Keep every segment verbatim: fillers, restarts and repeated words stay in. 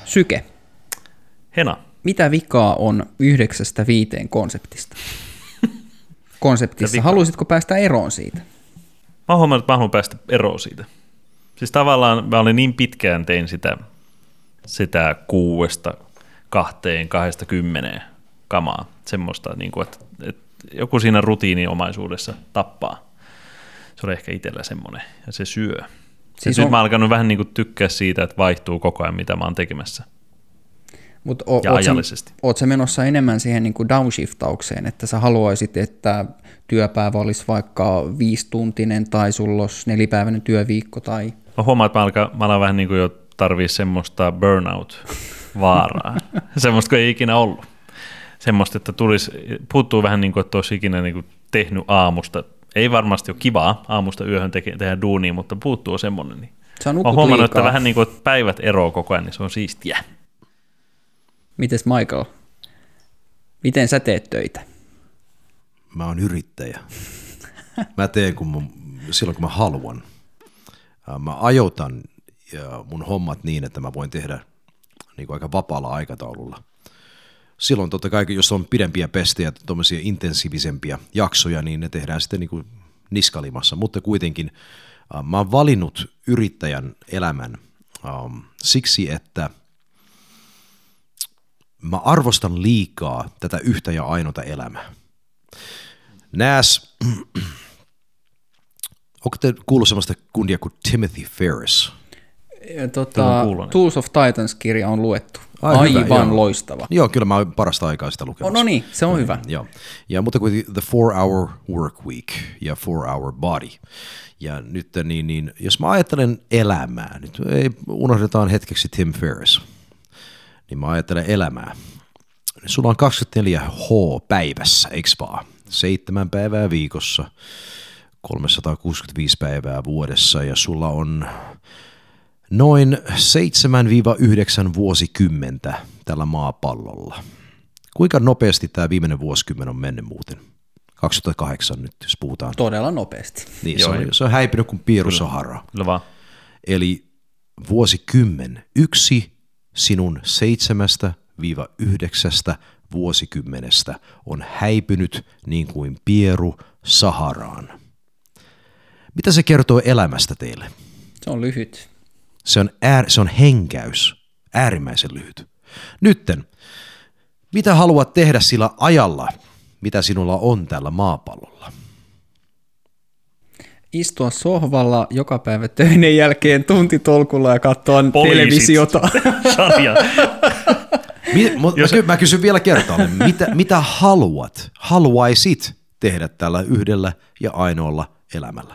Syke. Hena. Mitä vikaa on yhdeksästä viiteen konseptista? Konseptissa. Haluaisitko päästä eroon siitä? Mä huomannut, että mä haluan päästä eroon siitä. Siis tavallaan mä olin niin pitkään tein sitä, sitä kuudesta kahteen, kahdesta kymmeneen kamaa. Semmoista, niin kuin, että, että joku siinä rutiiniomaisuudessa tappaa. Se oli ehkä itsellä semmoinen, ja se syö. Siis on... Nyt mä oon alkanut vähän niin kuin tykkää siitä, että vaihtuu koko ajan, mitä mä oon tekemässä. Mut o- ja oot ajallisesti. Sä, oot sä menossa enemmän siihen niin kuin downshiftaukseen, että sä haluaisit, että työpäivä olisi vaikka viisituntinen tai sulla olisi nelipäiväinen työviikko? Tai... Mä huomaan, että mä, alkaa, mä alan vähän niin kuin jo tarvii semmoista burnout-vaaraa. Semmoista kuin ei ikinä ollut. Semmoista, että tulisi, puuttuu vähän niin kuin, että olisi ikinä niin kuin tehnyt aamusta. Ei varmasti ole kivaa aamusta yöhön te- tehdä duunia, mutta puuttuu semmoinen. Niin. Sä mä oon huomannut, liikaa. Että vähän niin kuin että päivät eroaa koko ajan, niin se on siistiä. Mites Michael? Miten sä teet töitä? Mä oon yrittäjä. Mä teen kun mun, silloin, kun mä haluan. Mä ajoitan mun hommat niin, että mä voin tehdä niin kuin aika vapaalla aikataululla. Silloin totta kai, jos on pidempiä pestejä, tuommoisia intensiivisempia jaksoja, niin ne tehdään sitten niin kuin niskalimassa. Mutta kuitenkin mä oon valinnut yrittäjän elämän um, siksi, että mä arvostan liikaa tätä yhtä ja ainoata elämää. Nääs, onko te kuullut sellaista kundia kuin Timothy Ferris? Tota, Tools of Titans-kirja on luettu. Ai, Aivan hyvä, joo. Loistava. Joo, kyllä mä oon parasta aikaa sitä lukenut. Oh, no niin, se on no, hyvä. Joo. Ja mutta kuin The Four Hour Work Week ja Four Hour Body. Ja nyt niin, niin jos mä ajattelen elämää, nyt ei unohdetaan hetkeksi Tim Ferriss, niin mä ajattelen elämää. Sulla on kaksikymmentäneljä tuntia päivässä, eikö vaan? Seitsemän päivää viikossa, kolmesataakuusikymmentäviisi päivää vuodessa ja sulla on noin seitsemän yhdeksän vuosikymmentä tällä maapallolla. Kuinka nopeasti tämä viimeinen vuosikymmen on mennyt muuten? kaksituhattakahdeksan nyt, jos puhutaan. Todella nopeasti. Niin, se, on, se on häipynyt kuin Pieru Sahara. Kyllä vaan. Eli vuosikymmen, yksi sinun seitsemästä yhdeksästä vuosikymmenestä on häipynyt niin kuin Pieru Saharaan. Mitä se kertoo elämästä teille? Se on lyhyt. Se on, äär, se on henkäys, äärimmäisen lyhyt. Nytten, mitä haluat tehdä sillä ajalla, mitä sinulla on tällä maapallolla? Istua sohvalla joka päivä töiden jälkeen tuntitolkulla ja katsoa televisiota. Mi- Jos... mä, mä kysyn vielä kertaalleen, mitä, mitä haluat, haluaisit tehdä tällä yhdellä ja ainoalla elämällä?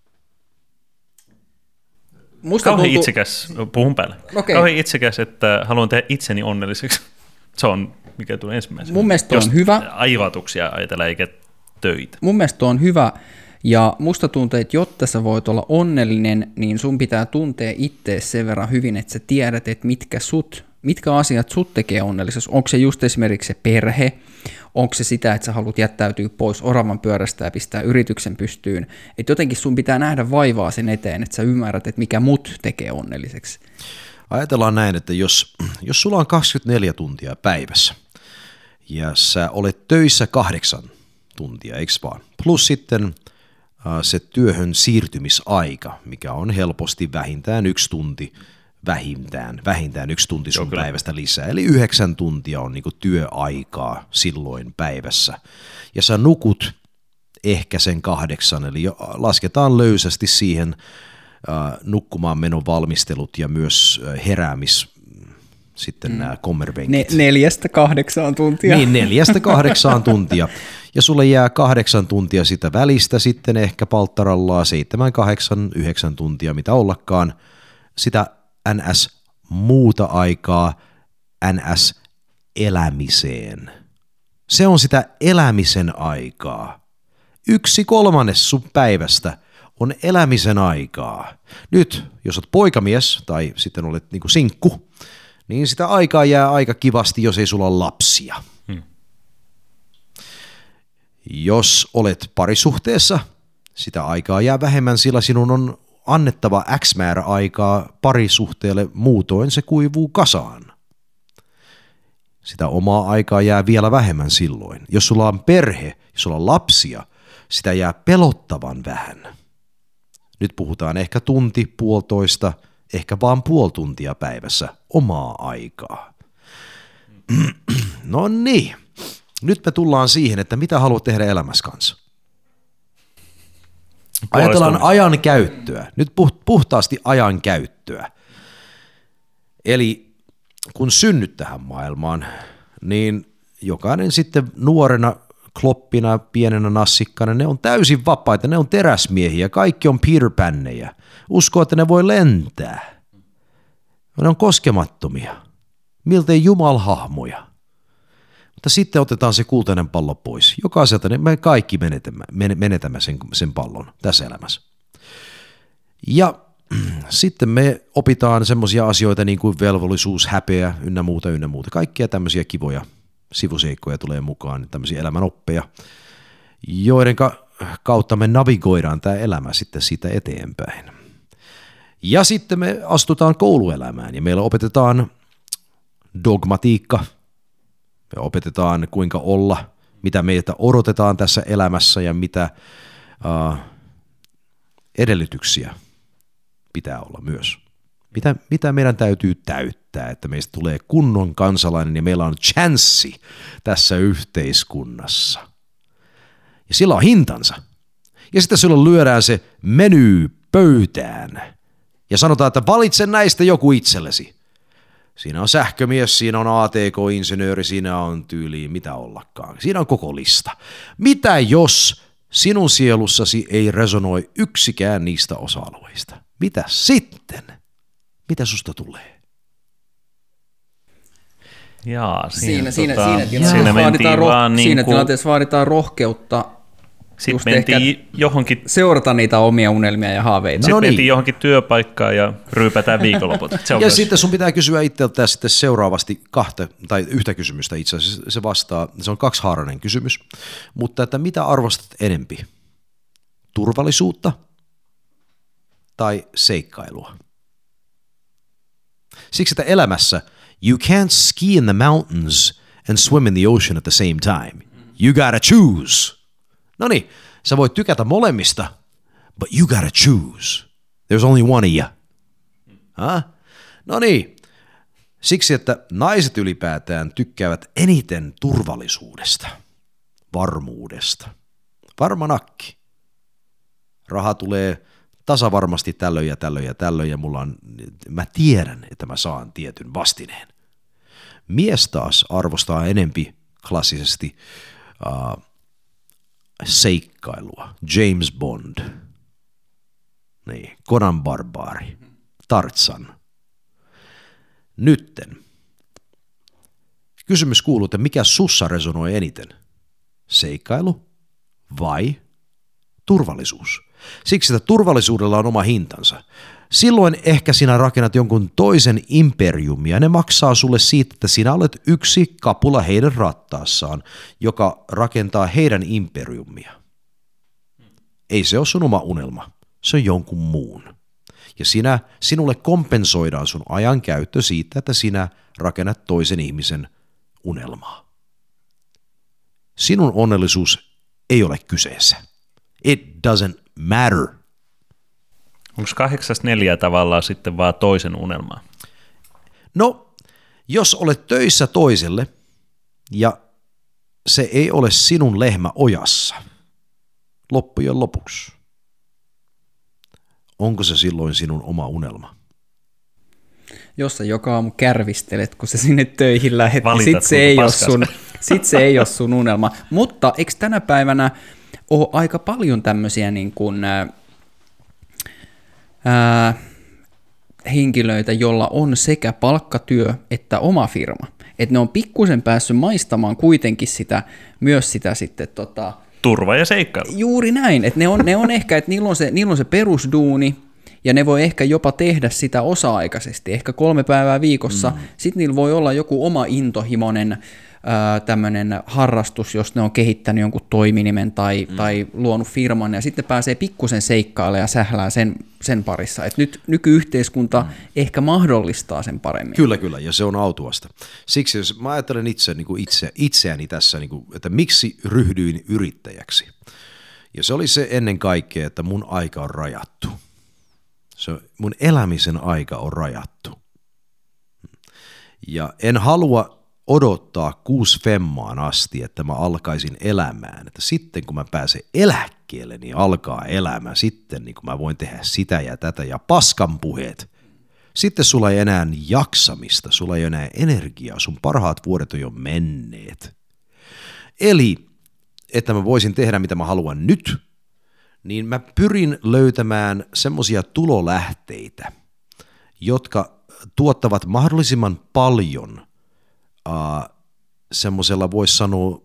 Musta Kauhean tuntuu... itsekäs, puhun päälle. Okay. Kauhean itsekäs, että haluan tehdä itseni onnelliseksi. Se on, mikä tulee ensimmäisenä. Mun mielestä on hyvä. Aivatuksia ajatella eikä töitä. Mun mielestä on hyvä. Ja musta tuntuu, että jotta sä voit olla onnellinen, niin sun pitää tuntea ittees sen verran hyvin, että sä tiedät, että mitkä, sut, mitkä asiat sut tekee onnelliseksi. Onko se just esimerkiksi se perhe, onko se sitä, että sä haluat jättäytyä pois oravan pyörästä ja pistää yrityksen pystyyn. Että jotenkin sun pitää nähdä vaivaa sen eteen, että sä ymmärrät, että mikä mut tekee onnelliseksi. Ajatellaan näin, että jos, jos sulla on kaksikymmentäneljä tuntia päivässä ja sä olet töissä kahdeksan tuntia, eikö vaan? Plus sitten se työhön siirtymisaika, mikä on helposti vähintään yksi tunti, vähintään, vähintään yksi tunti sun Joo, päivästä lisää. Eli yhdeksän tuntia on niinku työaikaa silloin päivässä. Ja sä nukut ehkä sen kahdeksan, eli lasketaan löysästi siihen uh, nukkumaan menon valmistelut ja myös heräämis, sitten mm. nämä kommervenkit. Ne, neljästä kahdeksaan tuntia. Niin, neljästä kahdeksaan tuntia. Ja sulle jää kahdeksan tuntia sitä välistä sitten ehkä palttarallaa, seitsemän, kahdeksan, yhdeksän tuntia, mitä ollakaan. Sitä N S muuta aikaa N S elämiseen. Se on sitä elämisen aikaa. Yksi kolmannes sun päivästä on elämisen aikaa. Nyt, jos olet poikamies tai sitten olet niinku sinkku, niin sitä aikaa jää aika kivasti, jos ei sulla ole lapsia. Hmm. Jos olet parisuhteessa, sitä aikaa jää vähemmän, sillä sinun on annettava X määrä aikaa parisuhteelle, muutoin se kuivuu kasaan. sitä omaa aikaa jää vielä vähemmän silloin. Jos sulla on perhe, jos sulla on lapsia, sitä jää pelottavan vähän. Nyt puhutaan ehkä tunti, puolitoista, ehkä vaan puoli tuntia päivässä omaa aikaa. No niin, nyt me tullaan siihen, että mitä haluat tehdä elämässä kanssa. Ajatellaan ajan käyttöä, nyt puhtaasti ajan käyttöä. Eli kun synnyt tähän maailmaan, niin jokainen sitten nuorena, kloppina, pienenä nassikkana, ne on täysin vapaita, ne on teräsmiehiä, kaikki on Peter Pannejä. Uskoo, että ne voi lentää. Ne on koskemattomia, miltei jumalhahmoja. Mutta sitten otetaan se kultainen pallo pois. Jokaiselta me kaikki menetämme, menetämme sen, sen pallon tässä elämässä. Ja sitten me opitaan semmoisia asioita niin kuin velvollisuus, häpeä, ynnä muuta, ynnä muuta. Kaikkia tämmöisiä kivoja sivuseikkoja tulee mukaan, tämmöisiä elämänoppeja, joiden kautta me navigoidaan tämä elämä sitten siitä eteenpäin. Ja sitten me astutaan kouluelämään ja meillä opetetaan dogmatiikka, me opetetaan kuinka olla, mitä meiltä odotetaan tässä elämässä ja mitä uh, edellytyksiä pitää olla myös. Mitä, mitä meidän täytyy täyttää, että meistä tulee kunnon kansalainen ja meillä on chanssi tässä yhteiskunnassa. Ja sillä on hintansa. Ja sitten silloin lyödään se meny pöytään ja sanotaan, että valitse näistä joku itsellesi. Siinä on sähkömies, siinä on A T K-insinööri, siinä on tyyliin mitä ollakaan. Siinä on koko lista. Mitä jos sinun sielussasi ei resonoi yksikään niistä osa-alueista? Mitä sitten? Mitä susta tulee? Jaa, siinä, siinä, siinä, tota, siinä, tilanteessa, siinä, vaaditaan roh- niin siinä kuin, tilanteessa vaaditaan rohkeutta sitten mentiin johonkin, seurata niitä omia unelmia ja haaveita. Sitten no mentiin niin. johonkin työpaikkaan ja ryypätään viikonloput. Se ja myös. Sitten sun pitää kysyä itseltä sitten seuraavasti kahta tai yhtä kysymystä itse asiassa. Se vastaa, se on kaksihaarainen kysymys, mutta että mitä arvostat enempi? Turvallisuutta tai seikkailua? Siksi, että elämässä you can't ski in the mountains and swim in the ocean at the same time. You gotta choose. No niin, sä voit tykätä molemmista, but you gotta choose. There's only one of you. Huh? No niin, siksi, että naiset ylipäätään tykkäävät eniten turvallisuudesta, varmuudesta. Varma nakki. Raha tulee tasavarmasti tällöin ja tällöin ja tällöin, ja mulla on, mä tiedän, että mä saan tietyn vastineen. Mies taas arvostaa enempi klassisesti uh, seikkailua. James Bond, niin, Conan Barbaari, Tarzan. Nytten. Kysymys kuuluu, että mikä sussa resonoi eniten? Seikkailu vai turvallisuus? Siksi, että turvallisuudella on oma hintansa. Silloin ehkä sinä rakennat jonkun toisen imperiumia ja ne maksaa sulle siitä, että sinä olet yksi kapula heidän rattaassaan, joka rakentaa heidän imperiumia. Ei se ole sun oma unelma, se on jonkun muun. Ja sinä, sinulle kompensoidaan sun ajan käyttö siitä, että sinä rakennat toisen ihmisen unelmaa. Sinun onnellisuus ei ole kyseessä. It doesn't matter. Onko kahdeksasta neljää tavallaan sitten vaan toisen unelmaa? No, jos olet töissä toiselle ja se ei ole sinun lehmä ojassa loppujen lopuksi, onko se silloin sinun oma unelma? Jos sä joka aamu kärvistelet, kun sä sinne töihin lähet, niin sit se, ei ole sun, sit se ei ole sun unelma. Mutta eikö tänä päivänä ole aika paljon tämmöisiä niin kuin, ää, ää, henkilöitä, jolla on sekä palkkatyö että oma firma. Että ne on pikkusen päässyt maistamaan kuitenkin sitä, myös sitä sitten tota, turva ja seikkailu. Juuri näin, että ne on, ne on ehkä, että niillä on, se, niillä on se perusduuni, ja ne voi ehkä jopa tehdä sitä osa-aikaisesti, ehkä kolme päivää viikossa. Mm. Sitten niillä voi olla joku oma intohimoinen tämmöinen harrastus, jos ne on kehittänyt jonkun toiminimen tai, mm. tai luonut firman, ja sitten pääsee pikkusen seikkailemaan ja sählää sen, sen parissa. Et nyt nykyyhteiskunta mm. ehkä mahdollistaa sen paremmin. Kyllä, kyllä, ja se on autuasta. Siksi jos mä ajattelen itse, niin kuin itse, itseäni tässä, niin kuin, että miksi ryhdyin yrittäjäksi. Ja se oli se ennen kaikkea, että mun aika on rajattu. Se, mun elämisen aika on rajattu. Ja en halua odottaa kuusi femmaan asti, että mä alkaisin elämään. Että sitten kun mä pääsen eläkkeelle, niin alkaa elämä. Sitten niin kun mä voin tehdä sitä ja tätä ja paskanpuheet. Sitten sulla ei enää jaksamista, sulla ei enää energiaa, sun parhaat vuodet on jo menneet. Eli, että mä voisin tehdä mitä mä haluan nyt, niin mä pyrin löytämään semmoisia tulolähteitä, jotka tuottavat mahdollisimman paljon uh, semmoisella, voisi sanoa,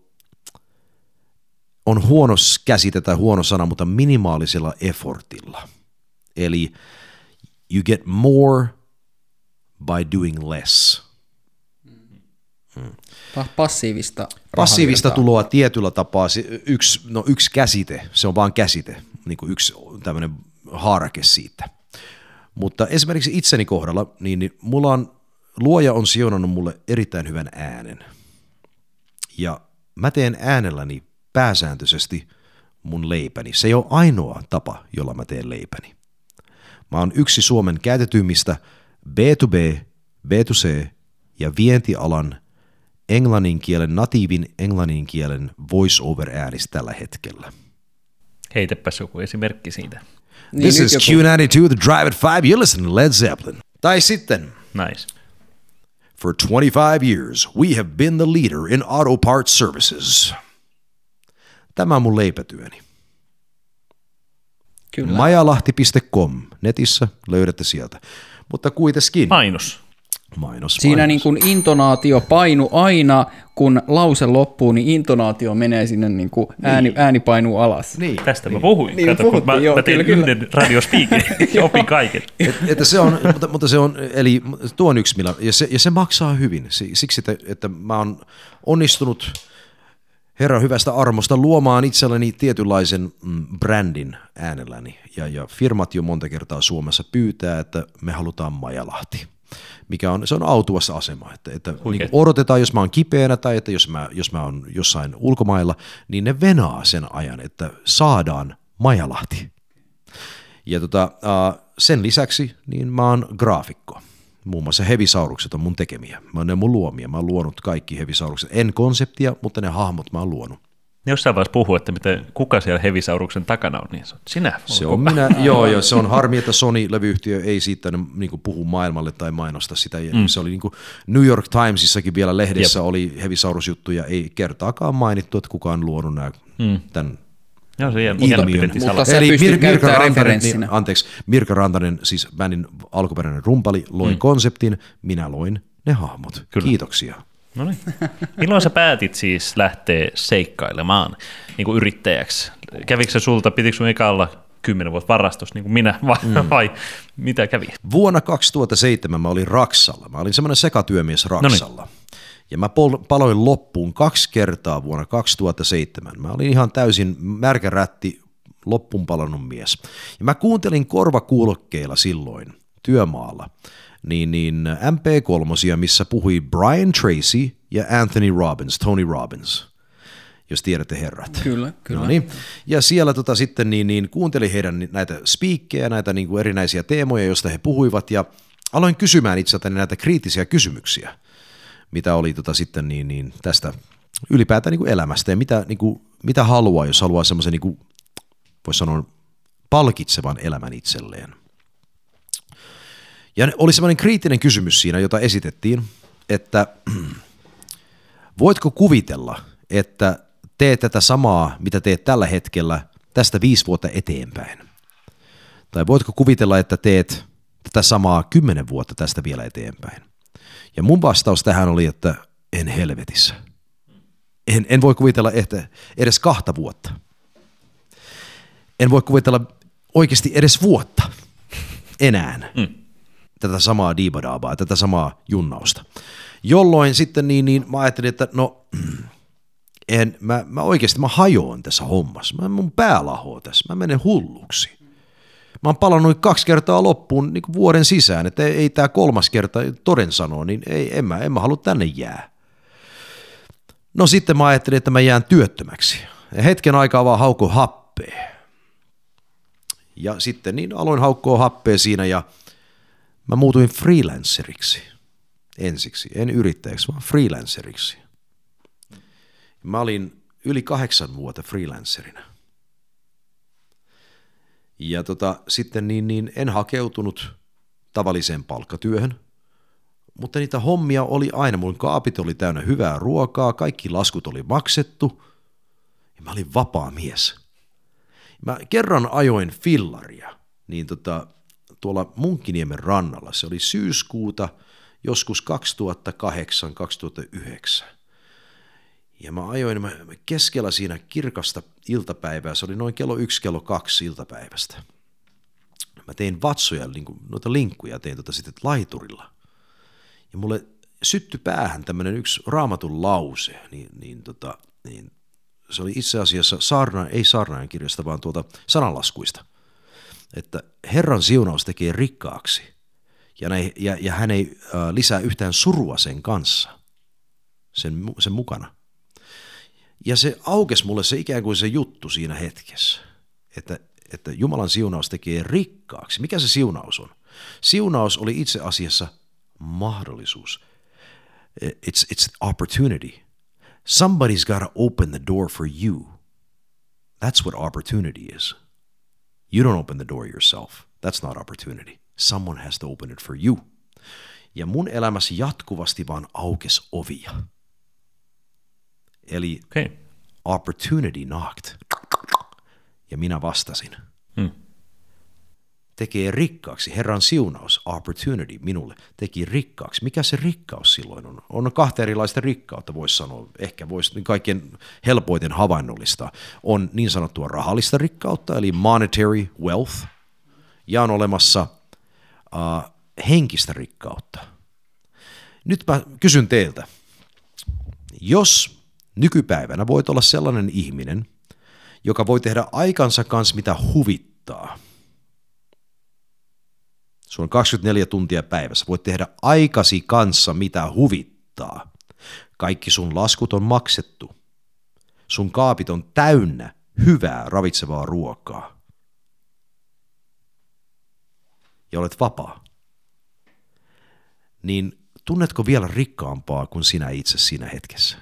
on huono käsite tai huono sana, mutta minimaalisella effortilla. Eli you get more by doing less. Hmm. Passiivista Passiivista tuloa tietyllä tapaa, yksi, no yksi käsite, se on vaan käsite, niin kuin yksi tämmöinen haarake siitä. Mutta esimerkiksi itseni kohdalla, niin, niin mulla on, luoja on sijoinannut mulle erittäin hyvän äänen. Ja mä teen äänelläni pääsääntöisesti mun leipäni. Se ei ole ainoa tapa, jolla mä teen leipäni. Mä oon yksi Suomen käytetyimmistä B to B, B to C ja vientialan englannin kielen, natiivin englannin kielen voice-over-äänistä tällä hetkellä. Heitäpäs joku esimerkki siitä. Niin, This is Q ninety-two, The Drive at Five, you're listening to Led Zeppelin. Tai sitten, nice. For twenty-five years, we have been the leader in auto parts services. Tämä on mun leipätyöni. Kyllä. majalahti piste com, netissä löydätte sieltä. Mutta kuitenkin. Mainos. Mainos, Siinä mainos. niin kuin intonaatio painu aina, kun lause loppuu, niin intonaatio menee sinne, niin kuin ääni, niin. ääni painuu alas. Niin. Tästä mä puhuin. Niin, Kato, kun mä, joo, mä tein kyllä, yhden radiospiikin, opin kaiken. Et, että se on, mutta, mutta se on, eli tuo on yksi millä, ja se, ja se maksaa hyvin. Siksi, että, että mä oon onnistunut Herran hyvästä armosta luomaan itselleni tietynlaisen mm, brändin äänelläni. Ja, ja firmat jo monta kertaa Suomessa pyytää, että me halutaan Majalahti. Mikä on, se on autuassa asema, että, että niin odotetaan, jos mä oon kipeänä tai että jos mä, jos mä oon jossain ulkomailla, niin ne venaa sen ajan, että saadaan Majalahti. Ja tota, sen lisäksi niin mä oon graafikko. Muun muassa Hevisaurukset on mun tekemiä. Mä oon ne mun luomia. Mä oon luonut kaikki Hevisaurukset. En konseptia, mutta ne hahmot mä oon luonut. Jossain vaiheessa puhuu, että miten, kuka siellä Hevisauruksen takana on, niin se on sinä. Se on minä, joo, joo, se on harmi, että Sony-levyyhtiö ei siitä niin kuin puhu maailmalle tai mainosta sitä. Mm. Se oli niin kuin New York Timesissakin vielä lehdessä Jep. oli Hevisaurus-juttuja, ei kertaakaan mainittu, että kuka on luonut nämä, mm. tämän joo, se ilmiön. Mutta se pystyy käyttämään referenssinä. Niin, anteeksi, Mirka Rantanen, siis bändin alkuperäinen rumpali, loi mm. konseptin, minä loin ne hahmot. Kyllä. Kiitoksia. No niin. Milloin sä päätit siis lähteä seikkailemaan niin kuin yrittäjäksi? Kävikö se sulta, pitikö sun eka olla kymmenen vuotta varastus, niin kuin minä, vai, mm. vai mitä kävi? Vuonna kaksituhattaseitsemän mä olin Raksalla. Mä olin semmoinen sekatyömies Raksalla. No niin. Ja mä pol- paloin loppuun kaksi kertaa vuonna kaksituhattaseitsemän. Mä olin ihan täysin märkärätti, loppuun palannut mies. Ja mä kuuntelin korvakuulokkeilla silloin työmaalla. Niin, niin M P kolme, missä puhui Brian Tracy ja Anthony Robbins, Tony Robbins, jos tiedätte herrat. Kyllä, kyllä. No niin. Ja siellä tota, sitten niin, niin, kuuntelin heidän näitä spiikkejä, näitä niin kuin erinäisiä teemoja, joista he puhuivat, ja aloin kysymään itseltäni näitä kriittisiä kysymyksiä, mitä oli tota, sitten niin, niin, tästä ylipäätään niin kuin elämästä, ja mitä, niin kuin, mitä haluaa, jos haluaa semmoisen, niin kuin, voisi sanoa, palkitsevan elämän itselleen. Ja oli semmoinen kriittinen kysymys siinä, jota esitettiin, että voitko kuvitella, että teet tätä samaa, mitä teet tällä hetkellä, tästä viisi vuotta eteenpäin? Tai voitko kuvitella, että teet tätä samaa kymmenen vuotta tästä vielä eteenpäin? Ja mun vastaus tähän oli, että en helvetissä. En, en voi kuvitella että edes kahta vuotta. En voi kuvitella oikeasti edes vuotta enää. Mm. Tätä samaa diibadaabaa, tätä samaa junnausta. Jolloin sitten niin, niin mä ajattelin, että no en, mä, mä oikeasti mä hajoan tässä hommassa. Mä, mun pää lahoo tässä. Mä menen hulluksi. Mä oon palannut kaksi kertaa loppuun niin kuin vuoden sisään, että ei, ei tämä kolmas kerta toden sanoo, niin ei, en, mä, en mä halua tänne jää. No sitten mä ajattelin, että mä jään työttömäksi. Ja hetken aikaa vaan haukko happea. Ja sitten niin aloin haukkoa happea siinä ja mä muutuin freelanceriksi ensiksi. En yrittäjäksi, vaan freelanceriksi. Mä olin yli kahdeksan vuotta freelancerina. Ja tota, sitten niin, niin en hakeutunut tavalliseen palkkatyöhön, mutta niitä hommia oli aina. Mun kaapit oli täynnä hyvää ruokaa, kaikki laskut oli maksettu ja mä olin vapaa mies. Mä kerran ajoin fillaria niin tota, tuolla Munkkiniemen rannalla. Se oli syyskuuta joskus kaksituhattakahdeksan kaksituhattayhdeksän. Ja mä ajoin mä keskellä siinä kirkasta iltapäivää, se oli noin kello yksi, kello kaksi iltapäivästä. Mä tein vatsoja, niin kuin, noita linkkuja tein tota sitten laiturilla. Ja mulle syttyi päähän tämmönen yksi Raamatun lause, niin, niin, tota, niin se oli itse asiassa saarna, ei saarnaajan kirjasta, vaan tuolta sananlaskuista. Että Herran siunaus tekee rikkaaksi ja, ne, ja, ja hän ei äh, lisää yhtään surua sen kanssa, sen, sen mukana. Ja se aukesi mulle se ikään kuin se juttu siinä hetkessä, että, että Jumalan siunaus tekee rikkaaksi. Mikä se siunaus on? Siunaus oli itse asiassa mahdollisuus. It's, it's opportunity. Somebody's got to open the door for you. That's what opportunity is. You don't open the door yourself. That's not opportunity. Someone has to open it for you. Ja mun elämässä jatkuvasti vaan aukesi ovia. Eli okay. Opportunity knocked. Ja minä vastasin. Hmm. Tekee rikkaaksi. Herran siunaus, opportunity minulle, teki rikkaaksi. Mikä se rikkaus silloin on? On kahta erilaista rikkautta, voisi sanoa. Ehkä voisi kaikkein helpoiten havainnollistaa. On niin sanottua rahallista rikkautta, eli monetary wealth. Ja on olemassa uh, henkistä rikkautta. Nyt mä kysyn teiltä. Jos nykypäivänä voit olla sellainen ihminen, joka voi tehdä aikansa kanssa mitä huvittaa. Sulla on kaksikymmentäneljä tuntia päivässä. Voit tehdä aikasi kanssa mitä huvittaa. Kaikki sun laskut on maksettu. Sun kaapit on täynnä hyvää ravitsevaa ruokaa. Ja olet vapaa. Niin tunnetko vielä rikkaampaa kuin sinä itse siinä hetkessä?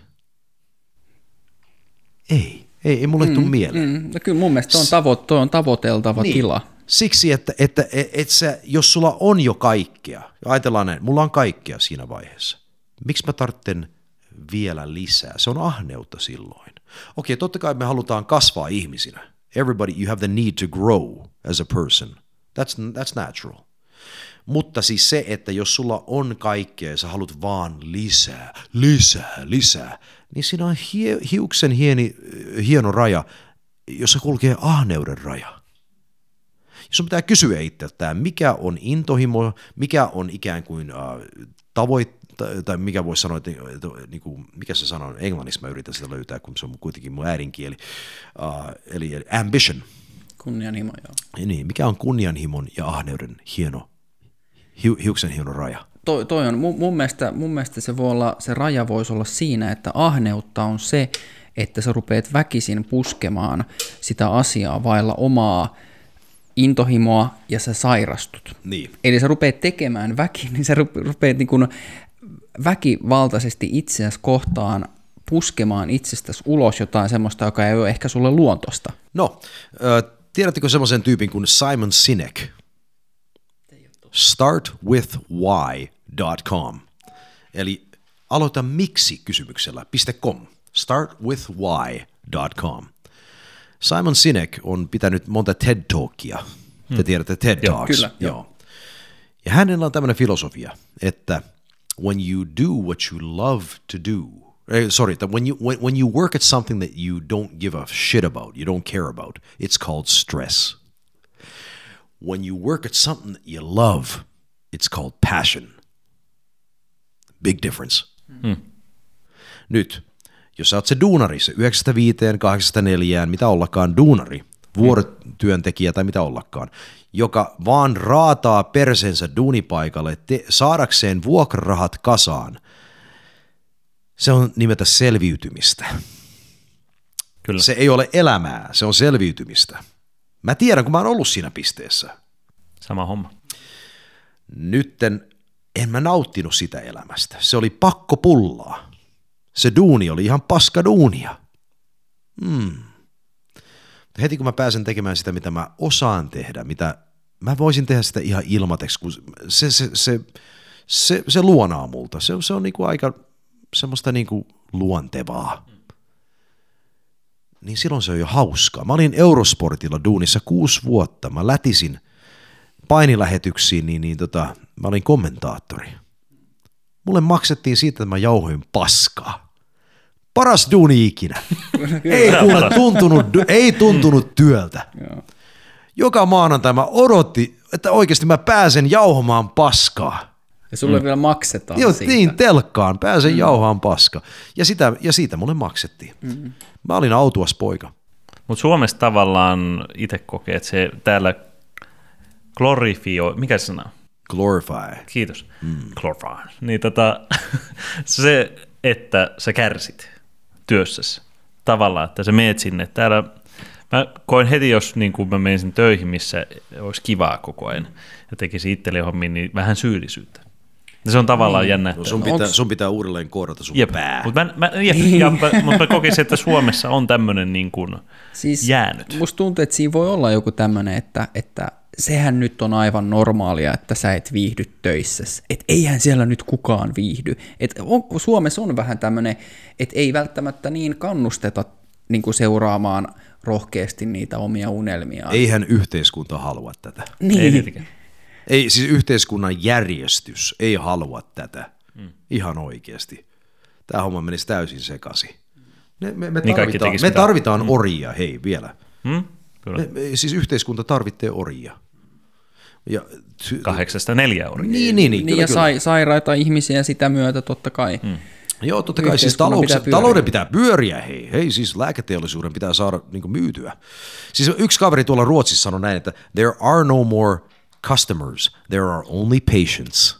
Ei, ei, ei mulle mm, tule mieleen. Mm, no kyllä mun mielestä toi on, tavo- toi on tavoiteltava niin, tila. Siksi, että, että, että, että sä, jos sulla on jo kaikkea, ajatellaan näin, mulla on kaikkea siinä vaiheessa. Miksi mä tarvitsen vielä lisää? Se on ahneutta silloin. Okei, totta kai me halutaan kasvaa ihmisinä. Everybody, you have the need to grow as a person. That's, that's natural. Mutta siis se, että jos sulla on kaikkea ja sä haluat vaan lisää, lisää, lisää, niin siinä on hie, hiuksen hieni, hieno raja, jossa kulkee ahneuden raja. Ja sun pitää kysyä itseltään, mikä on intohimo, mikä on ikään kuin uh, tavoite, tai mikä voisi sanoa, että, että niin kuin, mikä se sana on englannissa, mä yritän sitä löytää, kun se on kuitenkin mun äidinkieli, uh, eli ambition. Kunnianhimo, joo. Niin, mikä on kunnianhimon ja ahneuden hieno, hi, hiuksen hieno raja? Toi, toi on, mun, mun, mielestä, mun mielestä se, voi olla, se raja voisi olla siinä, että ahneutta on se, että sä rupeat väkisin puskemaan sitä asiaa vailla omaa intohimoa ja sä sairastut. Niin. Eli sä rupeat tekemään väki, niin sä rupeat niin kuin väkivaltaisesti itseäsi kohtaan puskemaan itsestäsi ulos jotain semmoista, joka ei ole ehkä sulle luontosta. No, äh, tiedättekö semmoisen tyypin kuin Simon Sinek? start with why dot com. Eli aloita miksi kysymyksellä .com. start with why dot com. Simon Sinek on pitänyt monta TED-talkia. Te hmm. tiedätte TED Talks. Joo, kyllä. Joo. Ja hänellä on tämmöinen filosofia, että when you do what you love to do, sorry, that when you when, when you work at something that you don't give a shit about, you don't care about, it's called stress. When you work at something that you love, it's called passion. Big difference. Hmm. Nyt, jos sä oot se duunari, se yhdeksästä viiteen, kahdeksasta neljään, mitä ollakaan duunari, vuorotyöntekijä tai mitä ollakaan, joka vaan raataa persensä duunipaikalle te- saadakseen vuokrarahat kasaan, se on nimeltä selviytymistä. Kyllä. Se ei ole elämää, se on selviytymistä. Mä tiedän, kun mä oon ollut siinä pisteessä. Sama homma. Nytten en mä nauttinut sitä elämästä. Se oli pakko pullaa. Se duuni oli ihan paska duunia. Hmm. Heti kun mä pääsen tekemään sitä, mitä mä osaan tehdä, mitä mä voisin tehdä sitä ihan ilmateksi, kun se, se, se, se, se luonaa multa. Se, se on niinku aika semmoista niinku luontevaa. Niin silloin se on jo hauskaa. Mä olin Eurosportilla duunissa kuusi vuotta. Mä lätisin painilähetyksiin, niin, niin tota, mä olin kommentaattori. Mulle maksettiin siitä, että mä jauhoin paskaa. Paras duuni ikinä. ei, kuule, tuntunut, ei tuntunut työltä. Joka maanantai mä odotti, että oikeasti mä pääsen jauhomaan paskaa. Ja sulle mm. vielä maksetaan Joo, siitä. niin, telkkaan, pääsen mm. jauhaan paskaa. Ja, sitä, ja siitä mulle maksettiin. Mm. Mä olin autuas poika. Mutta Suomessa tavallaan itse kokee, että se täällä glorifioi, mikä se sana? Glorify. Kiitos. Mm. Glorify. Niin tota, se, että sä kärsit työssäsi tavallaan, että sä meet sinne. Täällä mä koin heti, jos niin kun mä menisin töihin, missä olisi kivaa koko ajan ja tekisi itselle hommiin, niin vähän syyllisyyttä. Ja se on tavallaan niin jännä. No sun, pitää, sun pitää uudelleen koodata sun jep. pää. Mutta mä, mä, jep, ja, mut mä kokisin, että Suomessa on tämmöinen niin kuin siis jäänyt. Musta tuntuu, että siinä voi olla joku tämmöinen, että, että sehän nyt on aivan normaalia, että sä et viihdy töissä. Että eihän siellä nyt kukaan viihdy. Et on, Suomessa on vähän tämmöinen, että ei välttämättä niin kannusteta niin kuin seuraamaan rohkeasti niitä omia unelmia. Eihän yhteiskunta halua tätä. Niin. Ei, ei siis yhteiskunnan järjestys ei halua tätä. Mm. Ihan oikeasti. Tämä homma menisi täysin sekaisin. Me, me, me niin tarvitaan, me tarvitaan mm. orjia, hei vielä. Mm? Me, me, siis yhteiskunta tarvitsee orjia. Ja, Kahdeksasta neljä orjia. Niin, niin, niin, niin kyllä, ja kyllä. sairaita ihmisiä sitä myötä totta kai. Mm. Joo, totta kai siis talous, pitää talouden pitää pyöriä, hei. Hei, siis lääketeollisuuden pitää saada niin kuin myytyä. Siis yksi kaveri tuolla Ruotsissa sanoi näin, että there are no more customers, there are only patients.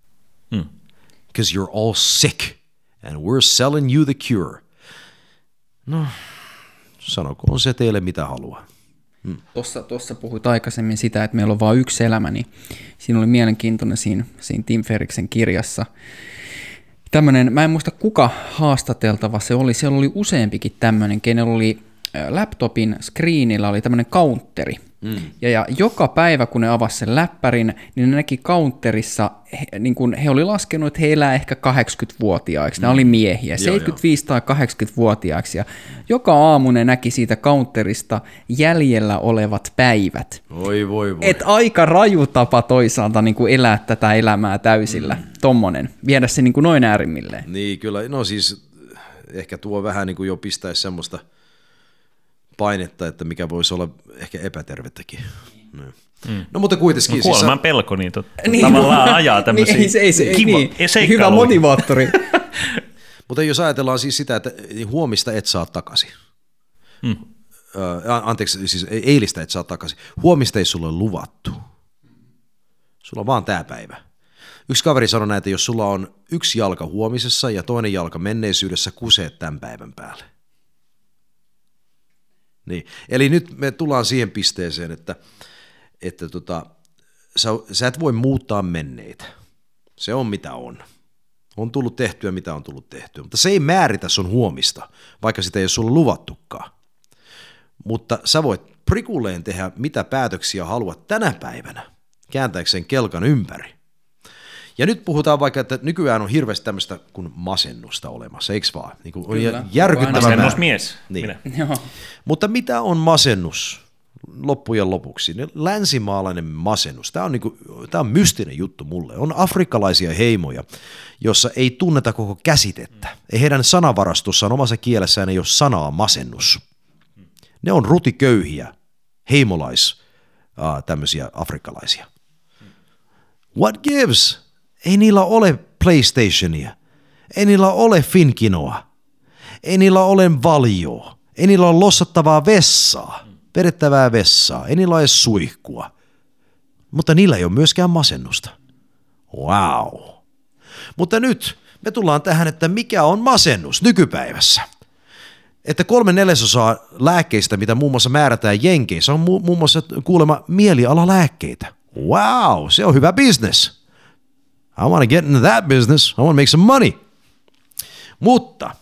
Because mm. you're all sick and we're selling you the cure. No, sanokoon se teille mitä haluaa. Hmm. Tuossa, tuossa puhuit aikaisemmin sitä, että meillä on vain yksi elämä, niin siinä oli mielenkiintoinen siinä, siinä Tim Ferriksen kirjassa. Tämmöinen, mä en muista kuka haastateltava se oli, siellä oli useampikin tämmöinen, kenellä oli laptopin screenillä oli tämmöinen counteri. Mm. Ja, ja joka päivä, kun ne avasi sen läppärin, niin ne näki counterissa, he, niin kun he oli laskenut, että he elää ehkä kahdeksankymmentävuotiaiksi. Mm. Nämä oli miehiä, seitsemänkymmentäviisi tai kahdeksankymmentävuotiaiksi. Ja joka aamu ne näki siitä counterista jäljellä olevat päivät. Voi, voi, voi. Et aika raju tapa toisaalta niin kuin elää tätä elämää täysillä. Mm. Tommonen. Viedä se niin kuin noin äärimmilleen. Niin, kyllä. No siis ehkä tuo vähän niin kuin jo pistäisi semmoista painetta, että mikä voisi olla ehkä epätervettäkin. No, mm. no mutta kuitenkin. No, kuoleman siis pelko niin, tot, niin tavallaan no, ajaa tämmöisiä niin, ei, se, kiva, niin, hyvä motivaattori. Mutta jos ajatellaan siis sitä, että huomista et saa takaisin. Mm. Ö, anteeksi, siis eilistä et saa takaisin. Huomista ei sulle luvattu. Sulla on vaan tämä päivä. Yksi kaveri sanoi näin, että jos sulla on yksi jalka huomisessa ja toinen jalka menneisyydessä, kuseet tämän päivän päälle. Niin. Eli nyt me tullaan siihen pisteeseen, että, että tota, sä, sä et voi muuttaa menneitä. Se on mitä on. On tullut tehtyä, mitä on tullut tehtyä. Mutta se ei määritä sun huomista, vaikka sitä ei ole sulle luvattukaan. Mutta sä voit prikulleen tehdä, mitä päätöksiä haluat tänä päivänä, kääntääkseen kelkan ympäri. Ja nyt puhutaan vaikka, että nykyään on hirveästi tämmöistä kuin masennusta olemassa, eikö vaan? Niin kuin on järkyttävä masennusmies. Niin. Mutta mitä on masennus loppujen lopuksi? Länsimaalainen masennus, tämä on, niin kuin, tämä on mystinen juttu mulle. On afrikkalaisia heimoja, jossa ei tunneta koko käsitettä. Ei heidän sanavarastossaan omassa kielessään ei ole sanaa masennus. Ne on rutiköyhiä, heimolais, äh, tämmöisiä afrikkalaisia. What gives? Ei niillä ole PlayStationia. Ei niillä ole Finkinoa. ei niillä ole valjoa, ei niillä ole lossattavaa vessaa, vedettävää vessaa, ei niillä ole edes suihkua, mutta niillä ei ole myöskään masennusta. Wow. Mutta nyt me tullaan tähän, että mikä on masennus nykypäivässä. Että kolme neljäsosaa lääkkeistä, mitä muun muassa määrätään Jenkeissä, on mu- muun muassa kuulemma mielialalääkkeitä. Wow, se on hyvä business. I want to get into that business. I want to make some money. Mutta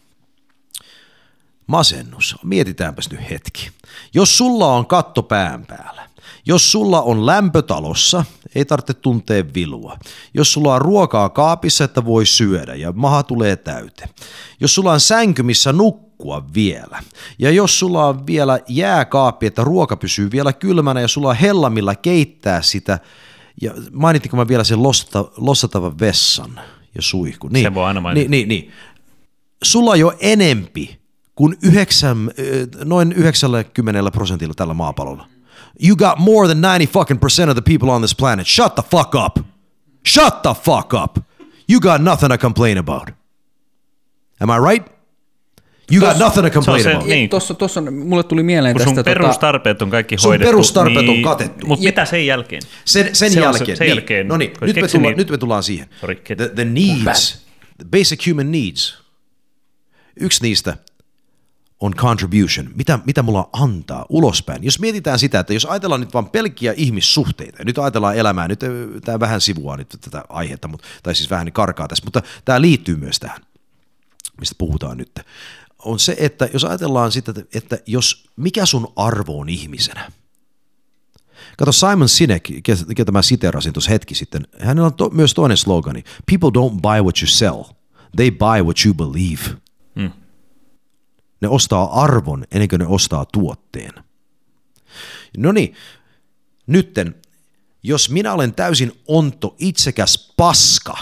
masennus, mietitäänpäs nyt hetki. Jos sulla on katto pään päällä, jos sulla on lämpötalossa, ei tarvitse tuntea vilua. Jos sulla on ruokaa kaapissa, että voi syödä ja maha tulee täyteen. Jos sulla on sänky, missä nukkua vielä. Ja jos sulla on vielä jääkaappi, että ruoka pysyy vielä kylmänä ja sulla on hella, millä keittää sitä. Ja mainittinko mä vielä sen lossatavan vessan ja suihku. Niin, se voi aina mainita. Niin, niin, niin. Sulla on jo enempi kuin yhdeksän, noin yhdeksänkymmentä prosentilla tällä maapallolla. You got more than ninety fucking percent of the people on this planet. Shut the fuck up. Shut the fuck up. You got nothing to complain about. Am I right? You got Tossa, nothing to complain se, about. Niin. Tossa, tossa, mulle tuli mieleen kun tästä... sun perustarpeet on kaikki sun hoidettu. Sun perustarpeet niin, on katettu. Mutta mitä sen jälkeen? Sen, sen se jälkeen. Se, sen niin. jälkeen. No niin, nyt me, tullaan, nyt me tullaan siihen. Sorry, the, the needs, the basic human needs. Yksi niistä on contribution. Mitä, mitä mulla antaa ulospäin? Jos mietitään sitä, että jos ajatellaan nyt vaan pelkkiä ihmissuhteita, ja nyt ajatellaan elämää, nyt tämä vähän sivuaa nyt tätä aihetta, mutta, tai siis vähän karkaa tässä, mutta tämä liittyy myös tähän, mistä puhutaan nyt. On se, että jos ajatellaan sitä, että jos mikä sun arvo on ihmisenä. Kato Simon Sinek, ketä mä siteerasin tuossa hetki sitten, hänellä on to, myös toinen slogani. People don't buy what you sell, they buy what you believe. Hmm. Ne ostaa arvon ennen kuin ne ostaa tuotteen. No niin, nytten, jos minä olen täysin onto, itsekäs paska,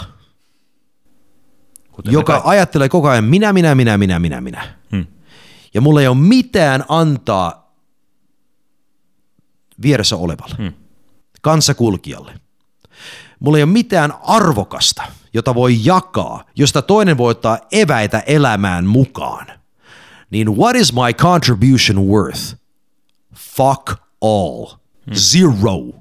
kuten joka ajattelee koko ajan minä, minä, minä, minä, minä, minä, hmm. ja mulla ei ole mitään antaa vieressä olevalle, hmm. kanssakulkijalle. Mulla ei ole mitään arvokasta, jota voi jakaa, josta toinen voi ottaa eväitä elämään mukaan. Niin what is my contribution worth? Fuck all. Hmm. Zero.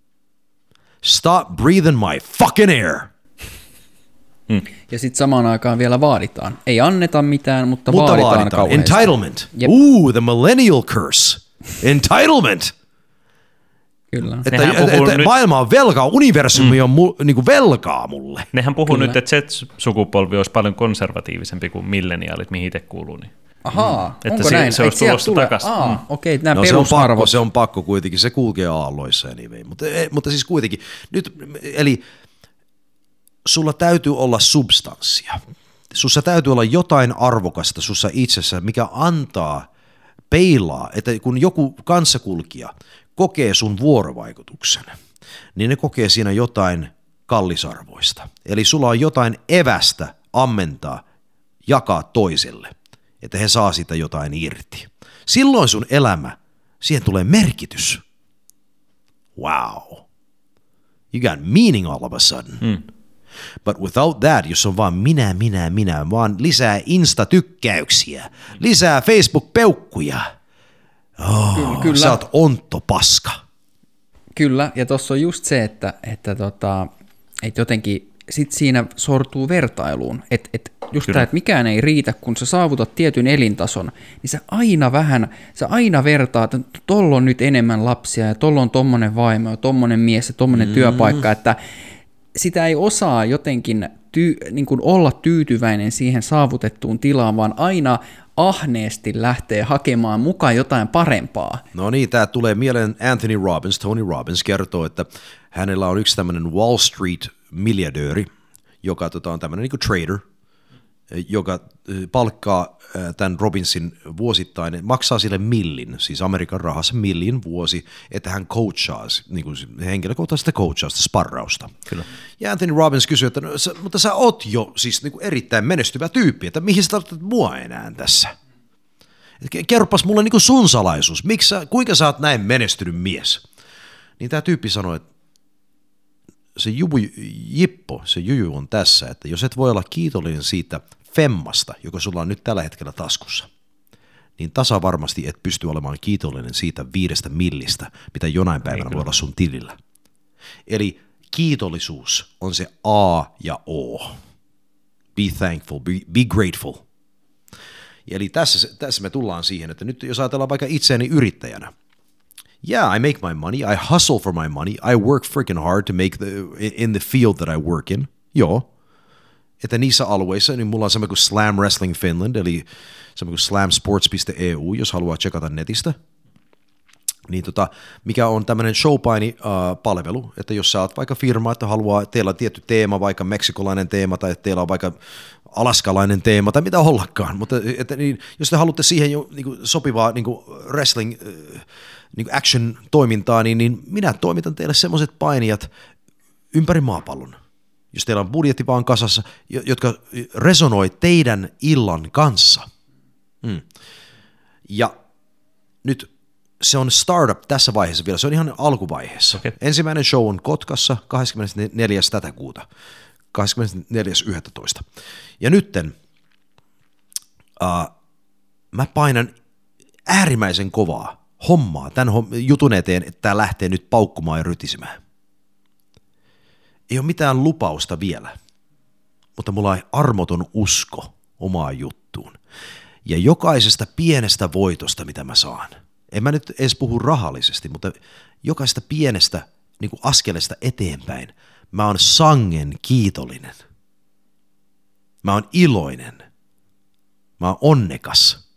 Stop breathing my fucking air. Hmm. Ja sitten samaan aikaan vielä vaaditaan. Ei anneta mitään, mutta, mutta vaaditaan, vaaditaan. kauheasti. Entitlement. Jep. Ooh, the millennial curse. Entitlement. Kyllä. Että, että, että nyt... maailma on velkaa, universumi mm. on mu, niin kuin velkaa mulle. Nehän puhuu Kyllä. nyt, että Z-sukupolvi olisi paljon konservatiivisempi kuin milleniaalit, mihin itse kuuluu. Niin. Ahaa, että onko se, näin? se olisi tulossa takaisin. Aa, mm. okei, okay, nämä no, perusarvot. Se on, pakko, se on pakko kuitenkin, se kulkee aalloissa anyway. Mutta, mutta siis kuitenkin, nyt, eli sulla täytyy olla substanssia. Sussa täytyy olla jotain arvokasta sussa itsessä, mikä antaa, peilaa, että kun joku kanssakulkija kokee sun vuorovaikutuksen, niin ne kokee siinä jotain kallisarvoista. Eli sulla on jotain evästä ammentaa, jakaa toiselle, että he saa sitä jotain irti. Silloin sun elämä, siihen tulee merkitys. Wow. You got meaning all of a sudden. Mm. But without that, jos on vaan minä, minä, minä, vaan lisää Insta-tykkäyksiä, lisää Facebook-peukkuja, oh, kyllä, kyllä. Sä oot ontto paska. Kyllä, ja tuossa on just se, että, että, tota, että jotenkin sit siinä sortuu vertailuun, että et just tämä, että mikään ei riitä, kun sä saavutat tietyn elintason, niin sä aina vähän, sä aina vertaat, että tolla on nyt enemmän lapsia, ja tolla on tommonen vaimo, ja tommonen mies, ja tommonen mm. työpaikka, että sitä ei osaa jotenkin ty, niin kuin olla tyytyväinen siihen saavutettuun tilaan, vaan aina ahneesti lähtee hakemaan mukaan jotain parempaa. No niin, tämä tulee mieleen Anthony Robbins, Tony Robbins kertoo, että hänellä on yksi tämmöinen Wall Street-miljardööri, joka tota, on tämmöinen niin kuin trader, joka palkkaa tämän Robbinsin vuosittain, maksaa sille millin, siis Amerikan rahassa millin vuosi, että hän coachaa, niin kuin henkilökohtaisesti coachaa sitä sparrausta. Kyllä. Ja Anthony Robbins kysyi, että no, sä, mutta sä oot jo siis niin kuin erittäin menestyvä tyyppi, että mihin sä tarvitset mua enää tässä? Kerropas mulle niin kuin sun salaisuus, Miksi sä, kuinka sä oot näin menestynyt mies? Niin tämä tyyppi sanoi, että se juju, jippo, se juju on tässä, että jos et voi olla kiitollinen siitä femmasta, joka sulla on nyt tällä hetkellä taskussa, niin tasa varmasti et pysty olemaan kiitollinen siitä viidestä millistä, mitä jonain päivänä voi olla sun tilillä. Eli kiitollisuus on se A ja O. Be thankful, be, be grateful. Eli tässä, tässä me tullaan siihen, että nyt jos ajatellaan vaikka itseäni yrittäjänä, yeah, I make my money, I hustle for my money, I work freaking hard to make the, in the field that I work in, joo. Että niissä alueissa, niin mulla on semmoinen kuin Slam Wrestling Finland, eli semmoinen kuin slam sports piste e u, jos haluaa tsekata netistä. Niin tota, mikä on tämmöinen showpaini-palvelu, että jos sä oot vaikka firma, että haluaa, teillä on tietty teema, vaikka meksikolainen teema, tai että teillä on vaikka alaskalainen teema, tai mitä ollakaan, mutta että niin, jos te haluatte siihen jo niin kuin sopivaa niin kuin wrestling niin kuin action-toimintaa, niin, niin minä toimitan teille semmoiset painijat ympäri maapallon. Jos teillä on budjetti vaan kasassa, jotka resonoi teidän illan kanssa. Mm. Ja nyt se on startup tässä vaiheessa vielä, se on ihan alkuvaiheessa. Okay. Ensimmäinen show on Kotkassa kahdeskymmenesneljäs tätä kuuta, kahdeskymmenesneljäs yhdestoista Ja nytten uh, mä painan äärimmäisen kovaa hommaa tämän jutun eteen, että tämä lähtee nyt paukkumaan ja rytisemään. Ei ole mitään lupausta vielä, mutta mulla on armoton usko omaan juttuun. Ja jokaisesta pienestä voitosta, mitä mä saan, en mä nyt edes puhu rahallisesti, mutta jokaisesta pienestä niin kuin askelesta eteenpäin, mä oon sangen kiitollinen. Mä oon iloinen. Mä oon onnekas.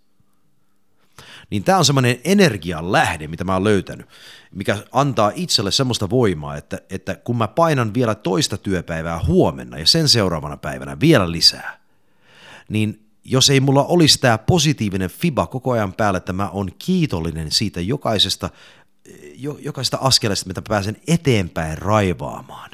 Niin tää on semmoinen energian lähde, mitä mä oon löytänyt, mikä antaa itselle semmoista voimaa, että, että kun mä painan vielä toista työpäivää huomenna ja sen seuraavana päivänä vielä lisää, niin jos ei mulla olisi tämä positiivinen fiba koko ajan päällä, että mä oon kiitollinen siitä jokaisesta, jo, jokaisesta askeleesta, mitä pääsen eteenpäin raivaamaan.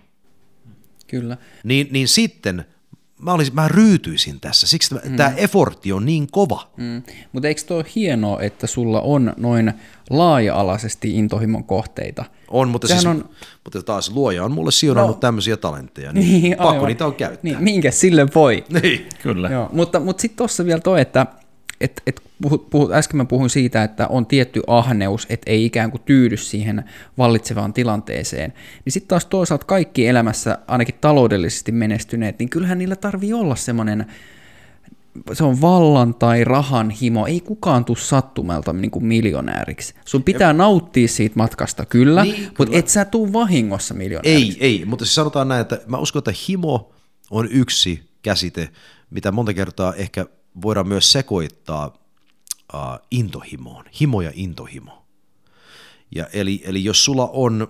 Kyllä. Niin, niin sitten mä, olisin, mä ryytyisin tässä, siksi mm. tämä effortti on niin kova. Mm. Mutta eikö toi hienoa, että sulla on noin laaja-alaisesti intohimon kohteita? On, mutta, siis, on... mutta taas luoja on mulle siunannut no. tämmöisiä talentteja, niin, niin pakko aivan. Niitä on käyttää. Niin, minkä sille voi. Niin, kyllä. Joo, mutta mutta sitten tuossa vielä toi, että et, et puhut, puhut, äsken mä puhuin siitä, että on tietty ahneus, että ei ikään kuin tyydy siihen vallitsevaan tilanteeseen. Niin sitten taas toisaalta kaikki elämässä, ainakin taloudellisesti menestyneet, niin kyllähän niillä tarvii olla semmoinen, se on vallan tai rahan himo. Ei kukaan tule sattumalta niin kuin miljonääriksi. Sun pitää ja... nauttia siitä matkasta, kyllä, niin, mutta kyllä. Et sä tuu vahingossa miljonääriksi. Ei, ei, mutta siis sanotaan näin, että mä uskon, että himo on yksi käsite, mitä monta kertaa ehkä voidaan myös sekoittaa uh, intohimoon. Himo ja intohimo. Ja eli, eli jos sulla on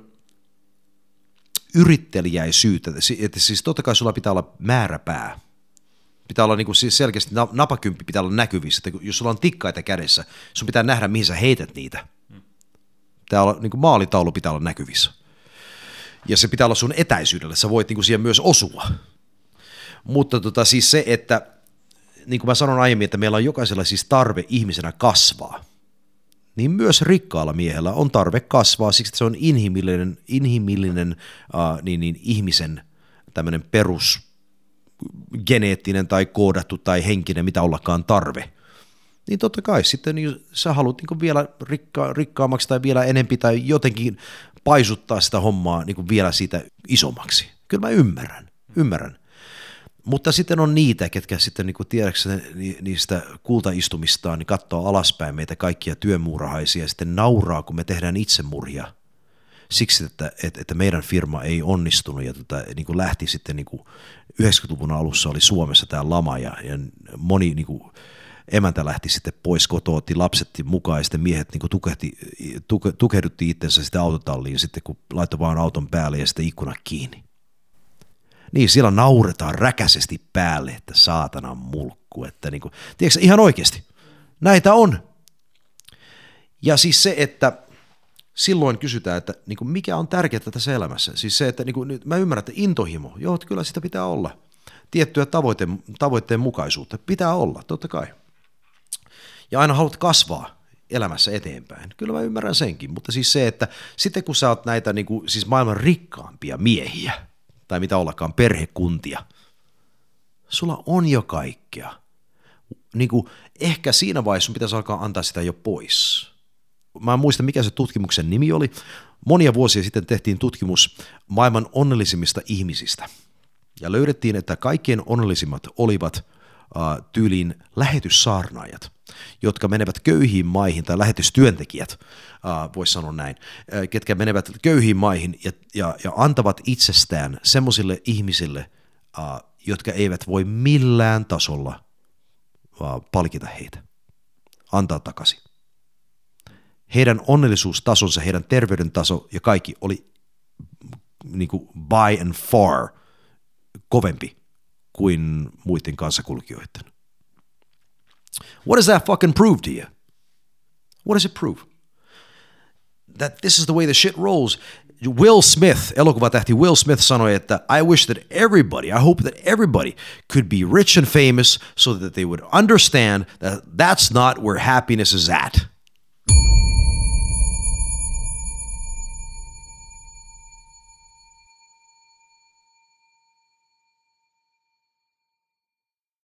yrittelijäisyyttä, että siis totta kai sulla pitää olla määräpää, pitää olla niin kuin siis selkeästi, napakymppi pitää olla näkyvissä, että jos sulla on tikkaita kädessä, sun pitää nähdä, mihin sä heität niitä. Pitää olla, niin kuin maalitaulu pitää olla näkyvissä. Ja se pitää olla sun etäisyydellä, sä voit niin kuin siihen myös osua. Mutta tota, siis se, että niin kuin mä sanon aiemmin, että meillä on jokaisella siis tarve ihmisenä kasvaa, niin myös rikkaalla miehellä on tarve kasvaa, siksi että se on inhimillinen, inhimillinen uh, niin, niin, ihmisen tämmöinen perus geneettinen tai koodattu tai henkinen, mitä ollakaan tarve. Niin totta kai sitten niin sä haluat niin vielä rikka, rikkaammaksi tai vielä enempi tai jotenkin paisuttaa sitä hommaa niin vielä siitä isommaksi. Kyllä mä ymmärrän, ymmärrän. Mutta sitten on niitä, ketkä sitten niin tiedäkseni niistä kultaistumistaan, niin katsoo alaspäin meitä kaikkia työmuurahaisia ja sitten nauraa, kun me tehdään itsemurhia. Siksi, että, että meidän firma ei onnistunut ja tota, niin kuin lähti sitten niin kuin yhdeksänkymmentäluvun alussa oli Suomessa tämä lama ja, ja moni niin kuin emäntä lähti sitten pois kotoa, otti lapset mukaan ja sitten miehet niin kuin tukehti, tuke, tukehdutti itsensä sitten autotalliin sitten kun laittoi vaan auton päälle ja sitten ikkuna kiinni. Niin siellä nauretaan räkäisesti päälle, että saatana mulkku, että niin kuin, tiedätkö ihan oikeasti, näitä on. Ja siis se, että silloin kysytään, että niin kuin mikä on tärkeää tässä elämässä. Siis se, että niin kuin, mä ymmärrän, että intohimo, joo, että kyllä sitä pitää olla. Tiettyä tavoite, tavoitteen mukaisuutta pitää olla, totta kai. Ja aina haluat kasvaa elämässä eteenpäin. Kyllä mä ymmärrän senkin, mutta siis se, että sitten kun sä oot näitä niin kuin, siis maailman rikkaampia miehiä, tai mitä ollakaan, perhekuntia, Sulla on jo kaikkea. Niin kuin, ehkä siinä vaiheessa sun pitäisi alkaa antaa sitä jo pois. Mä en muista, mikä se tutkimuksen nimi oli. Monia vuosia sitten tehtiin tutkimus maailman onnellisimmista ihmisistä. Ja löydettiin, että kaikkien onnellisimmat olivat uh, tyyliin lähetyssaarnaajat, jotka menevät köyhiin maihin, tai lähetystyöntekijät, uh, voisi sanoa näin, uh, ketkä menevät köyhiin maihin ja, ja, ja antavat itsestään semmoisille ihmisille, uh, jotka eivät voi millään tasolla uh, palkita heitä, antaa takaisin. Heidän onnellisuustasonsa, heidän terveydentaso ja kaikki oli niin kuin by and far kovempi kuin muiden kanssakulkijoiden. What does that fucking prove to you? What does it prove? That this is the way the shit rolls. Will Smith, elokuvatähti Will Smith sanoi, että I wish that everybody, I hope that everybody could be rich and famous so that they would understand that that's not where happiness is at.